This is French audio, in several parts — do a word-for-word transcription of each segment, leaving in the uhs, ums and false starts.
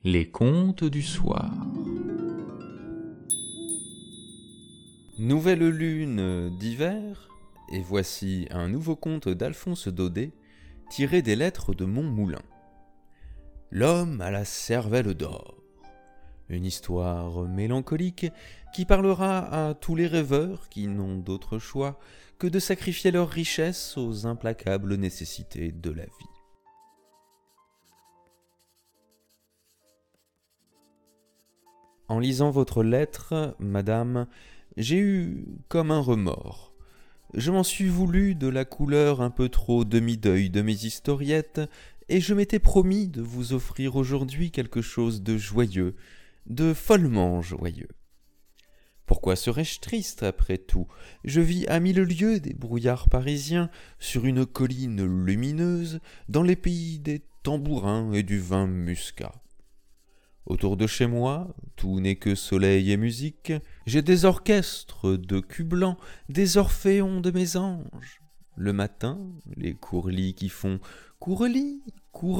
Les contes du soir. Nouvelle lune d'hiver, et voici un nouveau conte d'Alphonse Daudet, tiré des lettres de Montmoulin. L'homme à la cervelle d'or. Une histoire mélancolique qui parlera à tous les rêveurs qui n'ont d'autre choix que de sacrifier leur richesse aux implacables nécessités de la vie. En lisant votre lettre, madame, j'ai eu comme un remords. Je m'en suis voulu de la couleur un peu trop demi-deuil de mes historiettes, et je m'étais promis de vous offrir aujourd'hui quelque chose de joyeux, de follement joyeux. Pourquoi serais-je triste après tout? Je vis à mille lieues des brouillards parisiens, sur une colline lumineuse, dans les pays des tambourins et du vin muscat. Autour de chez moi, tout n'est que soleil et musique. J'ai des orchestres de cul blanc, des orphéons de mes anges. Le matin, les courlis qui font « courlis, courlis ».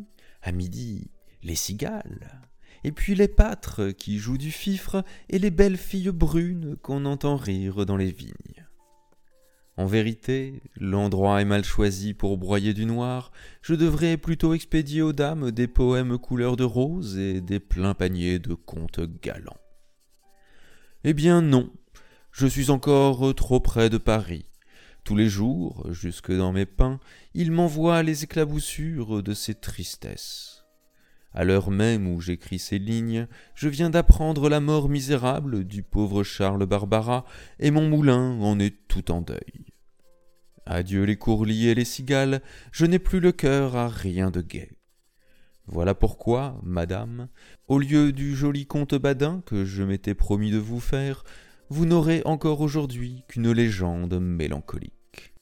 À midi, les cigales. Et puis les pâtres qui jouent du fifre et les belles filles brunes qu'on entend rire dans les vignes. En vérité, l'endroit est mal choisi pour broyer du noir. Je devrais plutôt expédier aux dames des poèmes couleur de rose et des pleins paniers de contes galants. Eh bien non, je suis encore trop près de Paris. Tous les jours, jusque dans mes pains, il m'envoie les éclaboussures de ses tristesses. À l'heure même où j'écris ces lignes, je viens d'apprendre la mort misérable du pauvre Charles Barbara, et mon moulin en est tout en deuil. Adieu les courlis et les cigales, je n'ai plus le cœur à rien de gai. Voilà pourquoi, madame, au lieu du joli conte badin que je m'étais promis de vous faire, vous n'aurez encore aujourd'hui qu'une légende mélancolique.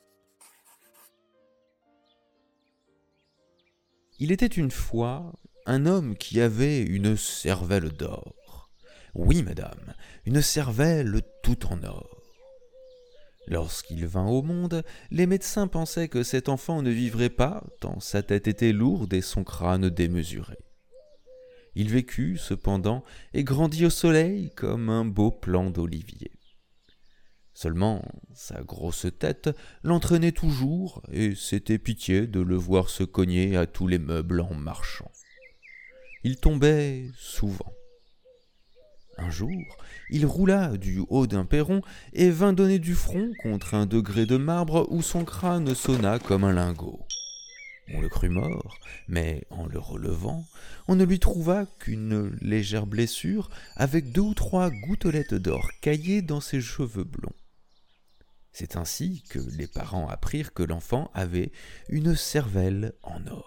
Il était une fois un homme qui avait une cervelle d'or. Oui, madame, une cervelle tout en or. Lorsqu'il vint au monde, les médecins pensaient que cet enfant ne vivrait pas, tant sa tête était lourde et son crâne démesuré. Il vécut, cependant, et grandit au soleil comme un beau plant d'olivier. Seulement, sa grosse tête l'entraînait toujours, et c'était pitié de le voir se cogner à tous les meubles en marchant. Il tombait souvent. Un jour, il roula du haut d'un perron et vint donner du front contre un degré de marbre où son crâne sonna comme un lingot. On le crut mort, mais en le relevant, on ne lui trouva qu'une légère blessure avec deux ou trois gouttelettes d'or caillées dans ses cheveux blonds. C'est ainsi que les parents apprirent que l'enfant avait une cervelle en or.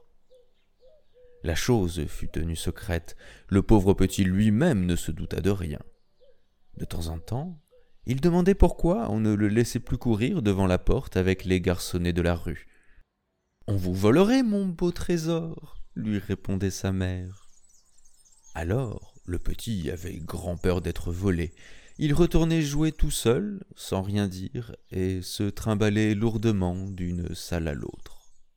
La chose fut tenue secrète, le pauvre petit lui-même ne se douta de rien. De temps en temps, il demandait pourquoi on ne le laissait plus courir devant la porte avec les garçonnets de la rue. « On vous volerait, mon beau trésor !» lui répondait sa mère. Alors, le petit avait grand peur d'être volé. Il retournait jouer tout seul, sans rien dire, et se trimballait lourdement d'une salle à l'autre.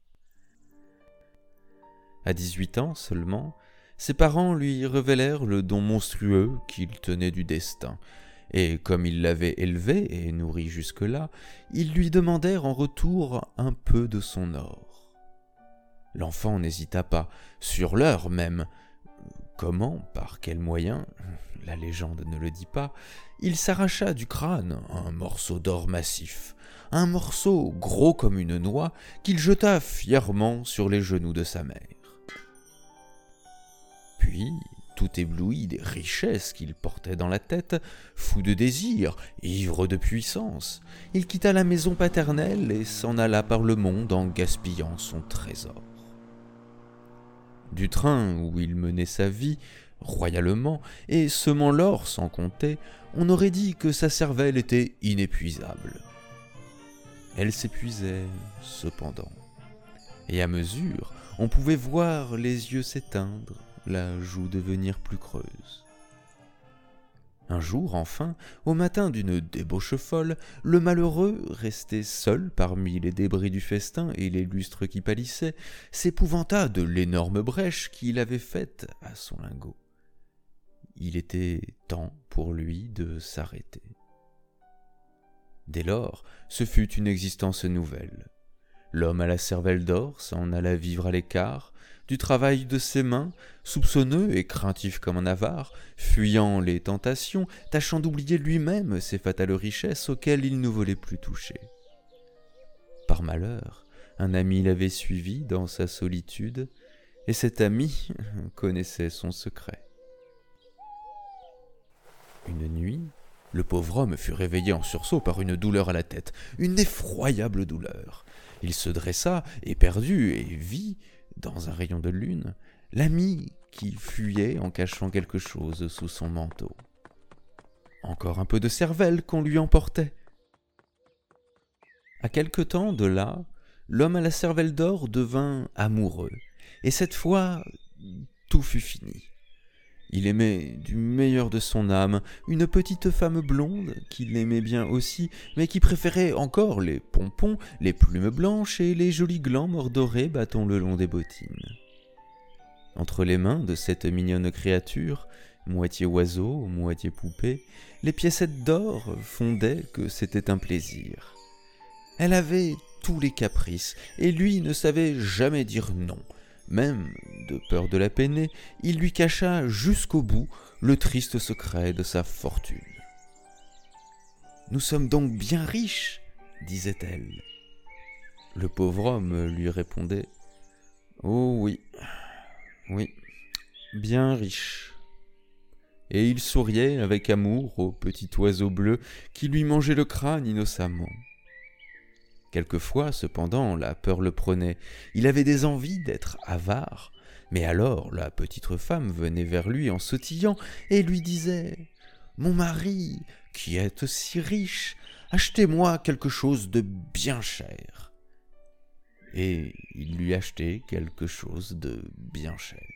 À dix-huit ans seulement, ses parents lui révélèrent le don monstrueux qu'il tenait du destin, et comme ils l'avaient élevé et nourri jusque-là, ils lui demandèrent en retour un peu de son or. L'enfant n'hésita pas, sur l'heure même. Comment, par quel moyen, la légende ne le dit pas, il s'arracha du crâne un morceau d'or massif, un morceau gros comme une noix qu'il jeta fièrement sur les genoux de sa mère. Puis, tout ébloui des richesses qu'il portait dans la tête, fou de désir, ivre de puissance, il quitta la maison paternelle et s'en alla par le monde en gaspillant son trésor. Du train où il menait sa vie, royalement, et semant l'or sans compter, on aurait dit que sa cervelle était inépuisable. Elle s'épuisait, cependant, et à mesure, on pouvait voir les yeux s'éteindre, la joue devenir plus creuse. Un jour, enfin, au matin d'une débauche folle, le malheureux, resté seul parmi les débris du festin et les lustres qui pâlissaient, s'épouvanta de l'énorme brèche qu'il avait faite à son lingot. Il était temps pour lui de s'arrêter. Dès lors, ce fut une existence nouvelle. L'homme à la cervelle d'or s'en alla vivre à l'écart du travail de ses mains, soupçonneux et craintif comme un avare, fuyant les tentations, tâchant d'oublier lui-même ses fatales richesses auxquelles il ne voulait plus toucher. Par malheur, un ami l'avait suivi dans sa solitude, et cet ami connaissait son secret. Une nuit, le pauvre homme fut réveillé en sursaut par une douleur à la tête, une effroyable douleur. Il se dressa, éperdu, et vit, dans un rayon de lune, l'ami qui fuyait en cachant quelque chose sous son manteau. Encore un peu de cervelle qu'on lui emportait. À quelque temps de là, l'homme à la cervelle d'or devint amoureux, et cette fois, tout fut fini. Il aimait du meilleur de son âme une petite femme blonde qu'il aimait bien aussi, mais qui préférait encore les pompons, les plumes blanches et les jolis glands mordorés battant le long des bottines. Entre les mains de cette mignonne créature, moitié oiseau, moitié poupée, les piécettes d'or fondaient que c'était un plaisir. Elle avait tous les caprices, et lui ne savait jamais dire non. Même, de peur de la peiner, il lui cacha jusqu'au bout le triste secret de sa fortune. « Nous sommes donc bien riches, disait-elle. Le pauvre homme lui répondait « Oh oui, oui, bien riches. » Et il souriait avec amour au petit oiseau bleu qui lui mangeait le crâne innocemment. Quelquefois, cependant, la peur le prenait. Il avait des envies d'être avare. Mais alors, la petite femme venait vers lui en sautillant et lui disait « Mon mari, qui êtes si riche, achetez-moi quelque chose de bien cher. » Et il lui achetait quelque chose de bien cher.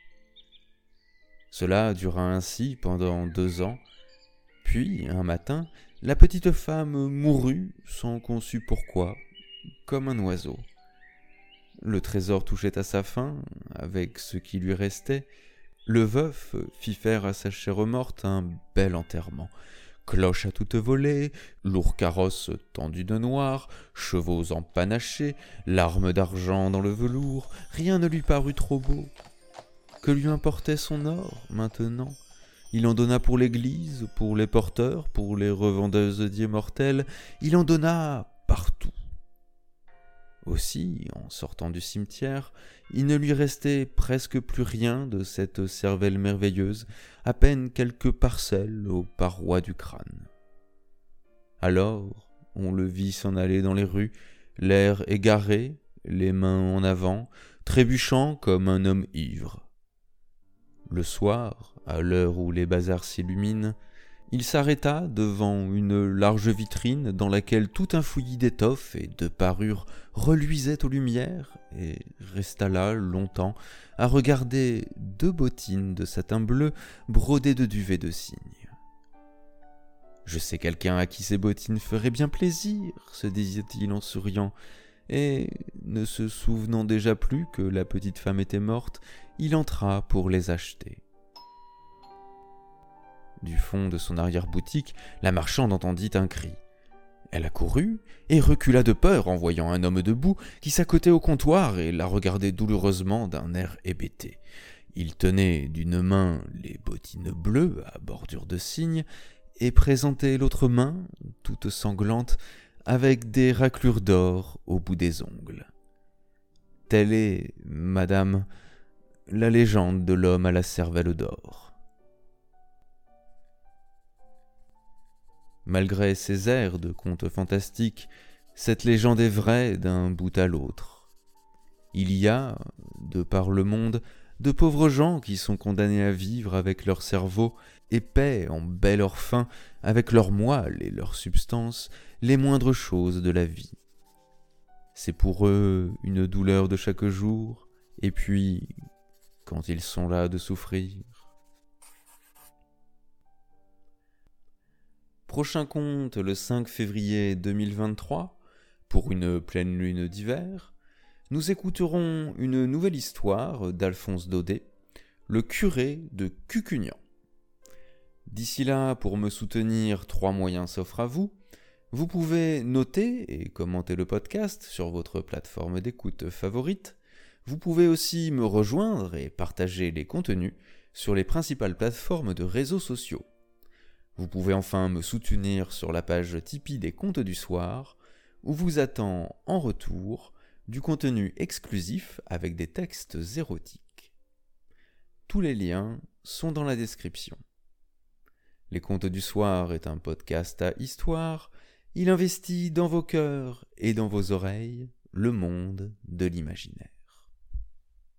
Cela dura ainsi pendant deux ans. Puis, un matin, la petite femme mourut sans qu'on sût pourquoi, comme un oiseau. Le trésor touchait à sa fin, avec ce qui lui restait. Le veuf fit faire à sa chère morte un bel enterrement. Cloches à toute volée, lourd carrosse tendu de noir, chevaux empanachés, larmes d'argent dans le velours, rien ne lui parut trop beau. Que lui importait son or, maintenant ? Il en donna pour l'église, pour les porteurs, pour les revendeuses d'immortels, il en donna partout. Aussi, en sortant du cimetière, il ne lui restait presque plus rien de cette cervelle merveilleuse, à peine quelques parcelles aux parois du crâne. Alors, on le vit s'en aller dans les rues, l'air égaré, les mains en avant, trébuchant comme un homme ivre. Le soir, à l'heure où les bazars s'illuminent, il s'arrêta devant une large vitrine dans laquelle tout un fouillis d'étoffes et de parures reluisait aux lumières et resta là longtemps à regarder deux bottines de satin bleu brodées de duvet de cygne. « Je sais quelqu'un à qui ces bottines feraient bien plaisir, » se disait-il en souriant, et, ne se souvenant déjà plus que la petite femme était morte, il entra pour les acheter. Du fond de son arrière-boutique, la marchande entendit un cri. Elle accourut et recula de peur en voyant un homme debout qui s'accotait au comptoir et la regardait douloureusement d'un air hébété. Il tenait d'une main les bottines bleues à bordure de cygne et présentait l'autre main, toute sanglante, avec des raclures d'or au bout des ongles. Telle est, madame, la légende de l'homme à la cervelle d'or. Malgré ses airs de conte fantastique, cette légende est vraie d'un bout à l'autre. Il y a, de par le monde, de pauvres gens qui sont condamnés à vivre avec leur cerveau et paient en bel orphin, avec leur moelle et leur substance, les moindres choses de la vie. C'est pour eux une douleur de chaque jour, et puis, quand ils sont là de souffrir, prochain conte le cinq février deux mille vingt-trois, pour une pleine lune d'hiver, nous écouterons une nouvelle histoire d'Alphonse Daudet, le curé de Cucugnan. D'ici là, pour me soutenir, trois moyens s'offrent à vous. Vous pouvez noter et commenter le podcast sur votre plateforme d'écoute favorite. Vous pouvez aussi me rejoindre et partager les contenus sur les principales plateformes de réseaux sociaux. Vous pouvez enfin me soutenir sur la page Tipeee des Contes du Soir, où vous attend en retour du contenu exclusif avec des textes érotiques. Tous les liens sont dans la description. Les Contes du Soir est un podcast à histoire. Il investit dans vos cœurs et dans vos oreilles le monde de l'imaginaire.